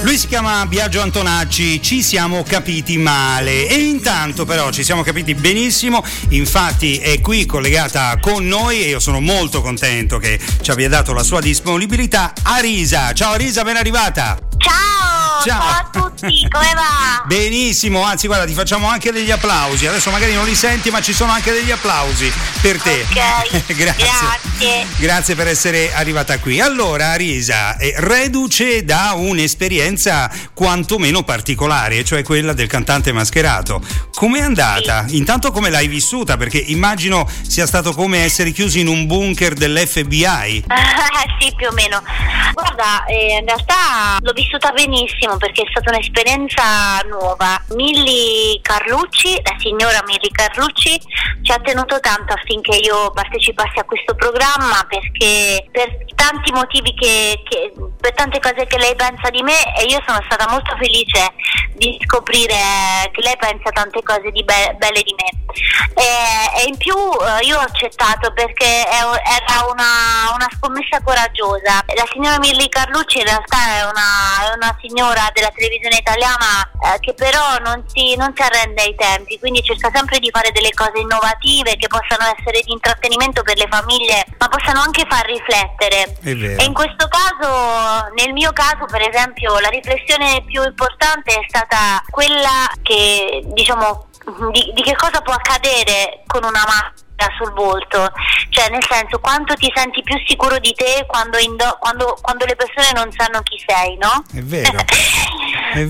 Lui si chiama Biagio Antonacci, ci siamo capiti male e intanto però ci siamo capiti benissimo, infatti è qui collegata con noi e io sono molto contento che ci abbia dato la sua disponibilità Arisa. Ciao Arisa, ben arrivata. Ciao a tutti, come va? Benissimo, anzi guarda, ti facciamo anche degli applausi, adesso magari non li senti ma ci sono anche degli applausi per te. Ok, grazie per essere arrivata qui. Allora Arisa, reduce da un'esperienza quantomeno particolare, cioè quella del cantante mascherato, com'è andata? Sì. Intanto come l'hai vissuta? Perché immagino sia stato come essere chiusi in un bunker dell'FBI. Sì, più o meno. Guarda, in realtà l'ho vissuta benissimo perché è stata un'esperienza nuova. Milly Carlucci, la signora Milly Carlucci, ci ha tenuto tanto affinché io partecipassi a questo programma, perché per tanti motivi per tante cose che lei pensa di me, e io sono stata molto felice di scoprire che lei pensa tante cose belle di me. E in più io ho accettato perché era una scommessa coraggiosa. La signora Milly Carlucci in realtà è una signora della televisione italiana che però non si arrende ai tempi, quindi cerca sempre di fare delle cose innovative che possano essere di intrattenimento per le famiglie, ma possano anche far riflettere. E in questo caso, nel mio caso per esempio, la riflessione più importante è stata quella che, diciamo, di che cosa può accadere con una maschera sul volto, cioè nel senso, quanto ti senti più sicuro di te quando le persone non sanno chi sei, no? È vero. Ed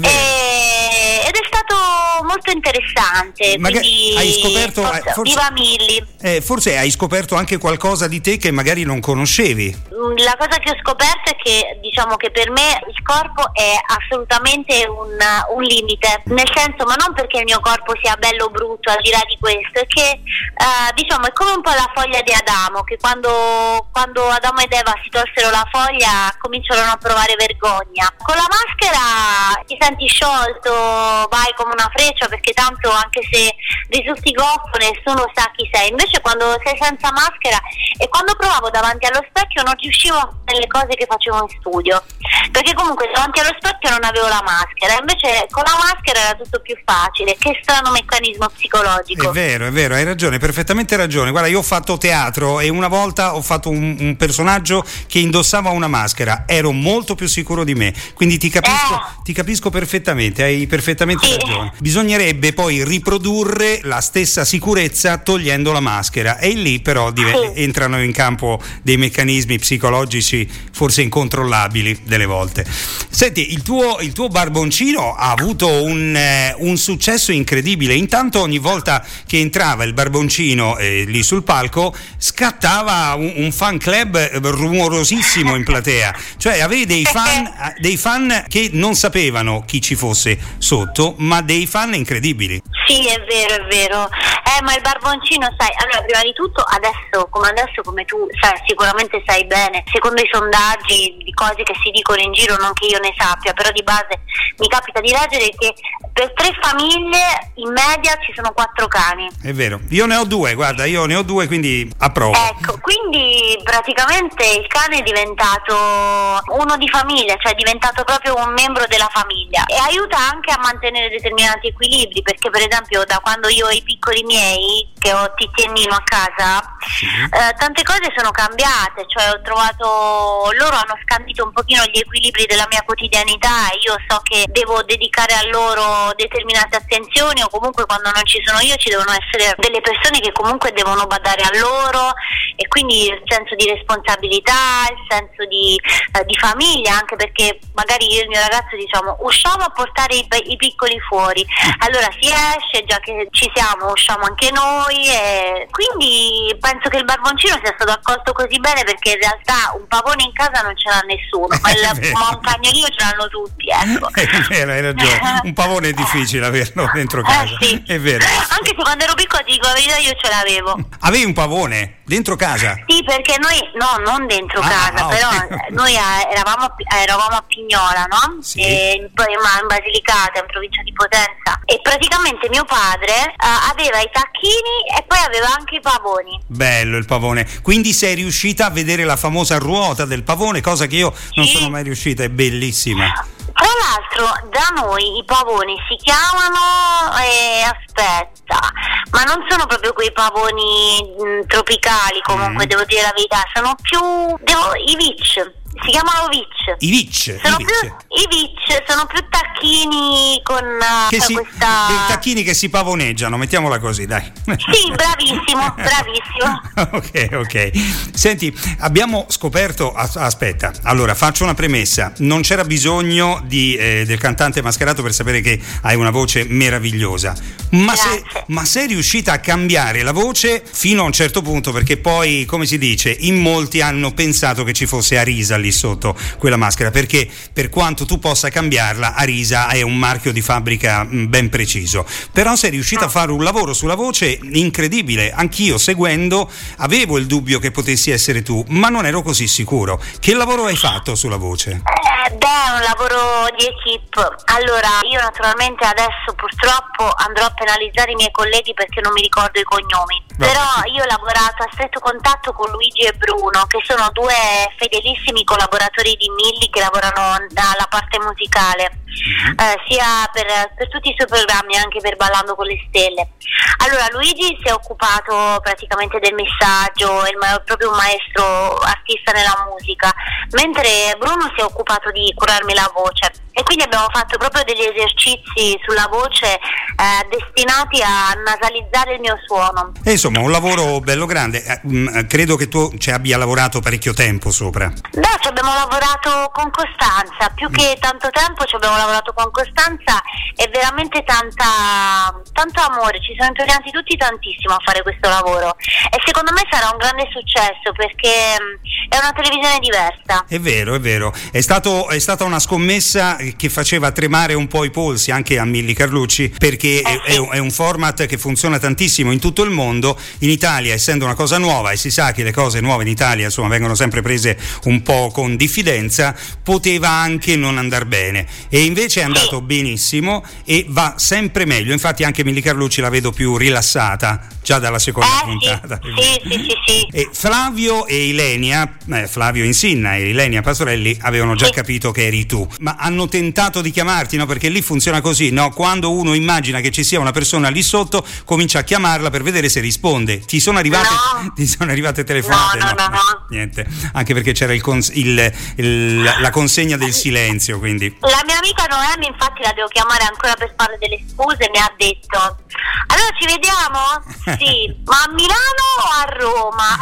è stato molto interessante. Magari hai scoperto, viva Milly. Forse hai scoperto anche qualcosa di te che magari non conoscevi. La cosa che ho scoperto è che, diciamo, che per me il corpo è assolutamente un limite, nel senso, ma non perché il mio corpo sia bello o brutto, al di là di questo, è che diciamo è come un po' la foglia di Adamo, che quando Adamo ed Eva si tolsero la foglia cominciarono a provare vergogna. Con la maschera ti senti sciolto, vai come una freccia, perché tanto anche se risulti goffo nessuno sa chi sei. Invece quando sei senza maschera, e quando provavo davanti allo specchio non riuscivo a fare le cose che facevo in studio, perché comunque davanti allo specchio non avevo la maschera, invece con la maschera era tutto più facile. Che strano meccanismo psicologico. È vero, hai ragione, perfettamente ragione. Guarda, io ho fatto teatro e una volta ho fatto un personaggio che indossava una maschera, ero molto più sicuro di me, quindi ti capisco perfettamente, hai perfettamente ragione. Bisognerebbe poi riprodurre la stessa sicurezza togliendo la maschera, e lì però entrano in campo dei meccanismi psicologici forse incontrollabili delle volte. Senti, il tuo barboncino ha avuto un successo incredibile. Intanto ogni volta che entrava il barboncino lì sul palco scattava un fan club rumorosissimo in platea, cioè avevi dei fan che non sapevano chi ci fosse sotto, ma dei fan incredibili. Sì, è vero. Ma il barboncino, sai, allora prima di tutto adesso come tu sai, sicuramente sai bene, secondo i sondaggi di cose che si dicono in giro, non che io ne sappia, però di base mi capita di leggere che per 3 famiglie in media ci sono 4 cani. È vero, io ne ho 2, guarda, quindi approvo. Ecco, quindi praticamente il cane è diventato uno di famiglia, cioè è diventato proprio un membro della famiglia, e aiuta anche a mantenere determinati equilibri, perché per esempio da quando io ho i piccoli miei, che ho Titti e Nino a casa, tante cose sono cambiate, cioè loro hanno scandito un pochino gli equilibri della mia quotidianità, e io so che devo dedicare a loro determinate attenzioni, o comunque quando non ci sono io ci devono essere delle persone che comunque devono badare a loro, e quindi il senso di responsabilità, il senso di famiglia, anche perché magari io e il mio ragazzo diciamo usciamo a portare i piccoli fuori, allora si esce, già che ci siamo usciamo anche noi, e quindi penso che il barboncino sia stato accolto così bene, perché in realtà un pavone in casa non ce l'ha nessuno, ma un cagnolino ce l'hanno tutti, ecco. È vero, hai ragione, un pavone è difficile averlo dentro casa, sì. È vero. Anche se quando ero piccola, ti dico la verità, io ce l'avevo. Avevi un pavone? Dentro casa? Sì, perché noi, no, non dentro casa, però noi eravamo a Pignola, no? Sì. E poi in Basilicata, in provincia di Potenza, e praticamente mio padre aveva i tacchini e poi aveva anche i pavoni. Bello il pavone, quindi sei riuscita a vedere la famosa ruota del pavone, cosa che io non sono mai riuscita, è bellissima. Tra l'altro da noi i pavoni si chiamano, ma non sono proprio quei pavoni tropicali, comunque devo dire la verità, sono più i Vitch. Si chiamano Vitch. I Vitch. I Vitch sono più tacchini con questa. Dei tacchini che si pavoneggiano, mettiamola così, dai. Sì, bravissimo. Ok. Senti, abbiamo scoperto. Aspetta, allora faccio una premessa. Non c'era bisogno del cantante mascherato per sapere che hai una voce meravigliosa. Ma sei riuscita a cambiare la voce fino a un certo punto, perché poi, come si dice, in molti hanno pensato che ci fosse Arisa lì sotto quella maschera, perché per quanto tu possa cambiarla, Arisa è un marchio di fabbrica ben preciso, però sei riuscita a fare un lavoro sulla voce incredibile. Anch'io seguendo avevo il dubbio che potessi essere tu, ma non ero così sicuro. Che lavoro hai fatto sulla voce? È un lavoro di equipe. Allora, io naturalmente adesso purtroppo andrò a penalizzare i miei colleghi perché non mi ricordo i cognomi. Però io ho lavorato a stretto contatto con Luigi e Bruno, che sono due fedelissimi collaboratori di Milli che lavorano dalla parte musicale, sia per tutti i suoi programmi, anche per Ballando con le Stelle. Allora, Luigi si è occupato praticamente del messaggio, è proprio un maestro artista nella musica, mentre Bruno si è occupato di curarmi la voce, e quindi abbiamo fatto proprio degli esercizi sulla voce destinati a nasalizzare il mio suono. E insomma, un lavoro bello grande. Credo che tu ci abbia lavorato parecchio tempo sopra. Beh, ci abbiamo lavorato con costanza, più che tanto tempo ci abbiamo lavorato con costanza e veramente tanto amore. Ci siamo impegnati tutti tantissimo a fare questo lavoro, e secondo me sarà un grande successo perché è una televisione diversa. È vero. È stata una scommessa che faceva tremare un po' i polsi anche a Milli Carlucci, perché è un format che funziona tantissimo in tutto il mondo. In Italia, essendo una cosa nuova, e si sa che le cose nuove in Italia insomma vengono sempre prese un po' con diffidenza, poteva anche non andar bene, e invece è andato benissimo e va sempre meglio. Infatti anche Milli Carlucci la vedo più rilassata già dalla seconda puntata. Sì. E Flavio e Ilenia, Flavio Insinna e Ilenia Pastorelli avevano già capito che eri tu, ma hanno tentato di chiamarti, no? Perché lì funziona così, no? Quando uno immagina che ci sia una persona lì sotto, comincia a chiamarla per vedere se risponde. Ti sono arrivate telefonate? No. Niente, anche perché c'era la consegna del silenzio, quindi. La mia amica Noemi, infatti, la devo chiamare ancora per fare delle scuse, mi ha detto: allora ci vediamo? Sì, ma a Milano o a Roma?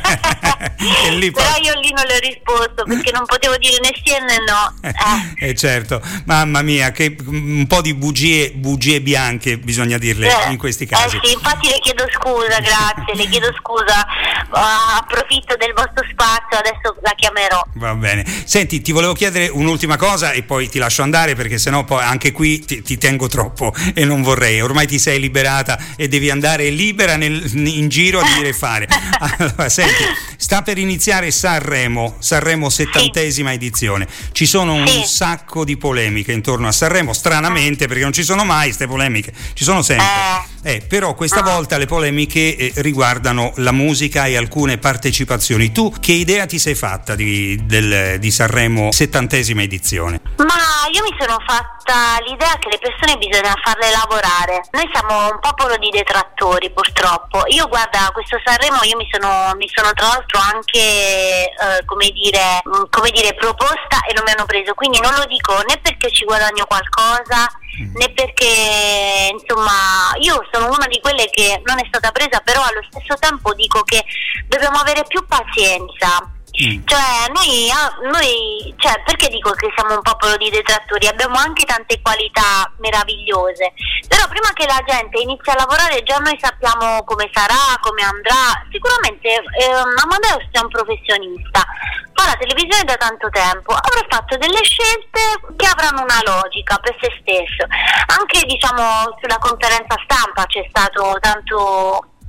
Però io lì non le ho risposto perché non potevo dire né sì né no. Certo, mamma mia, che un po' di bugie bianche bisogna dirle in questi casi. Sì, infatti le chiedo scusa, grazie, le chiedo scusa, approfitto del vostro spazio, adesso la chiamerò. Va bene. Senti, ti volevo chiedere un'ultima cosa e poi ti lascio andare, perché sennò poi anche qui ti tengo troppo e non vorrei. Ormai ti sei liberata e devi andare libera in giro a dire e fare. Allora, senti, sta per iniziare Sanremo 70ª edizione. Ci sono un sacco di polemiche intorno a Sanremo, stranamente, perché non ci sono mai queste polemiche, ci sono sempre. Però questa volta le polemiche riguardano la musica e alcune partecipazioni. Tu che idea ti sei fatta di Sanremo 70ª edizione? Ma io mi sono fatta l'idea che le persone bisogna farle lavorare. Noi siamo un popolo di detrattori, purtroppo. Io, guarda, questo Sanremo io mi sono tra l'altro anche come dire proposta, e non mi hanno preso, quindi non lo dico né perché ci guadagno qualcosa né perché insomma io sono una di quelle che non è stata presa, però allo stesso tempo dico che dobbiamo avere più pazienza. Cioè noi perché dico che siamo un popolo di detrattori? Abbiamo anche tante qualità meravigliose, però prima che la gente inizi a lavorare già noi sappiamo come sarà, come andrà. Sicuramente Amadeus è un professionista, fa la televisione da tanto tempo, avrà fatto delle scelte che avranno una logica per se stesso. Anche sulla conferenza stampa c'è stato tanto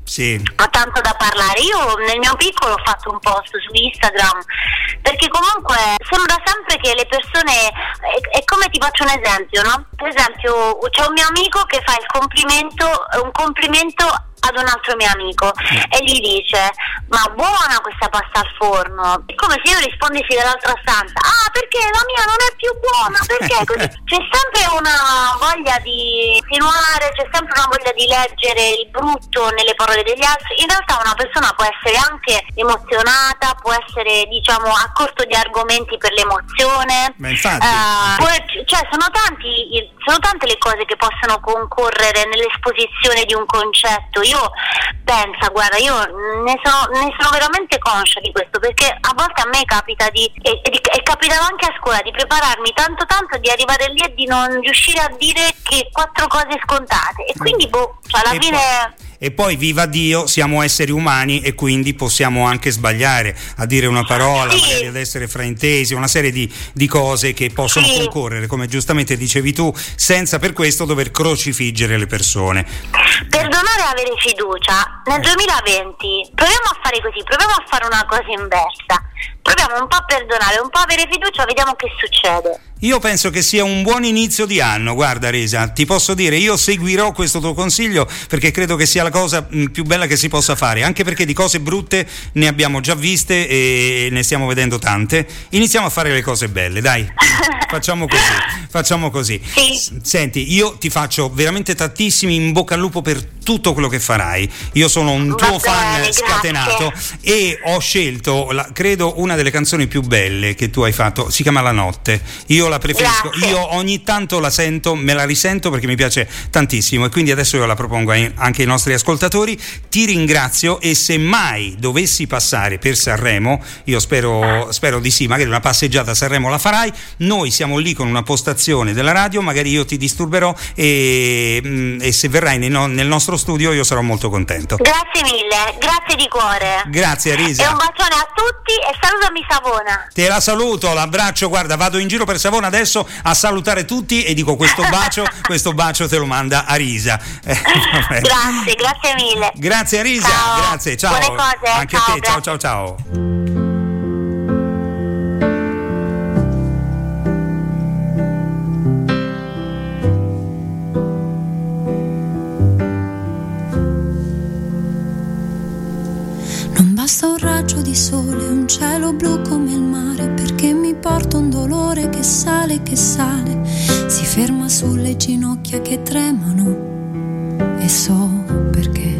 Sì. Ha tanto da parlare. Io nel mio piccolo ho fatto un post su Instagram, perché comunque sembra sempre che le persone, è come, ti faccio un esempio, no? Per esempio c'è un mio amico che fa un complimento ad un altro mio amico e gli dice: ma buona questa pasta al forno. È come se io rispondessi dall'altra stanza: ah, perché la mia non è più buona, perché così. C'è sempre una voglia di insinuare, c'è sempre una voglia di leggere il brutto nelle parole degli altri. In realtà una persona può essere anche emozionata, può essere, diciamo, a corto di argomenti per l'emozione. Ma infatti, cioè sono tante le cose che possono concorrere nell'esposizione di un concetto. Io penso, guarda, io ne sono veramente conscia di questo, perché a volte a me capita e capitava anche a scuola di prepararmi tanto di arrivare lì e di non riuscire a dire che 4 cose scontate, e quindi alla fine. E poi, viva Dio, siamo esseri umani e quindi possiamo anche sbagliare a dire una parola, sì, magari ad essere fraintesi, una serie di cose che possono sì, concorrere, come giustamente dicevi tu, senza per questo dover crocifiggere le persone. Perdonare e avere fiducia. Nel 2020 proviamo a fare così, proviamo a fare una cosa inversa. Proviamo un po' a perdonare, un po' a avere fiducia, vediamo che succede. Io penso che sia un buon inizio di anno. Guarda Risa, ti posso dire, io seguirò questo tuo consiglio, perché credo che sia la cosa più bella che si possa fare, anche perché di cose brutte ne abbiamo già viste e ne stiamo vedendo tante. Iniziamo a fare le cose belle, dai. Facciamo così. Sì. Senti, io ti faccio veramente tantissimi in bocca al lupo per tutto quello che farai. Io sono un tuo fan scatenato e ho scelto, credo, una delle canzoni più belle che tu hai fatto. Si chiama La Notte. Io la preferisco. Grazie. Io ogni tanto la sento, me la risento perché mi piace tantissimo, e quindi adesso io la propongo anche ai nostri ascoltatori. Ti ringrazio, e se mai dovessi passare per Sanremo, io spero di sì, magari una passeggiata a Sanremo la farai, noi siamo lì con una postazione della radio, magari io ti disturberò e se verrai nel nostro studio io sarò molto contento. Grazie mille, grazie di cuore. Grazie Risa. E un bacione a tutti e salutami Savona. Te la saluto, l'abbraccio, guarda, vado in giro per Savona adesso a salutare tutti e dico questo bacio te lo manda a Risa. Grazie mille. Grazie a Risa, ciao. Grazie, ciao. Buone cose, anche ciao, a te, ciao. Non basta un raggio di sole, un cielo blu come il mare, perché mi porta un dolore che sale, si ferma sulle ginocchia che tremano, e so perché.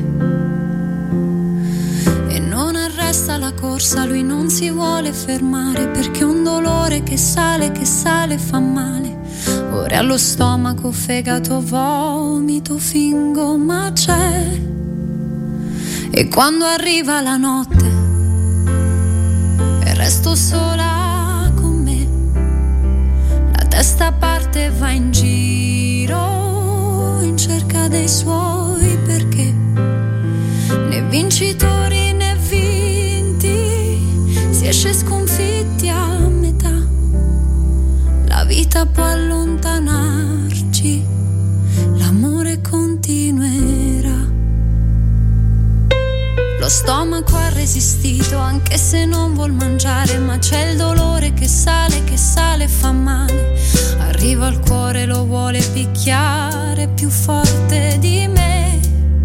E non arresta la corsa, lui non si vuole fermare, perché un dolore che sale fa male. Ore allo stomaco, fegato, vomito, fingo, ma c'è. E quando arriva la notte e resto sola con me, la testa parte e va in giro in cerca dei suoi perché. Né vincitori né vinti, si esce sconfitti a metà. La vita può allontanarci, l'amore continuerà. Lo stomaco ha resistito anche se non vuol mangiare, ma c'è il dolore che sale fa male. Arriva al cuore, lo vuole picchiare più forte di me.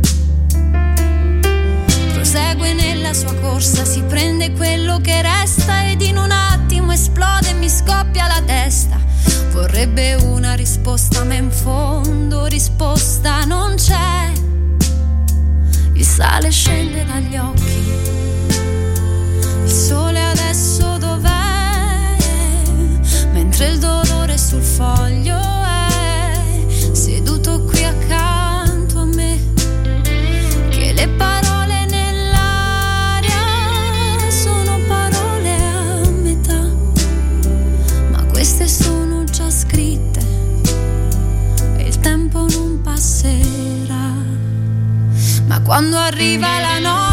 Prosegue nella sua corsa, si prende quello che resta ed in un attimo esplode e mi scoppia la testa. Vorrebbe una risposta ma in fondo risposta non c'è. Il sale scende dagli occhi, il sole adesso dov'è? Mentre il dolore sul foglio è seduto qui accanto a me. Che le parole nell'aria sono parole a metà, ma queste sono già scritte e il tempo non passerà. Ma quando arriva la notte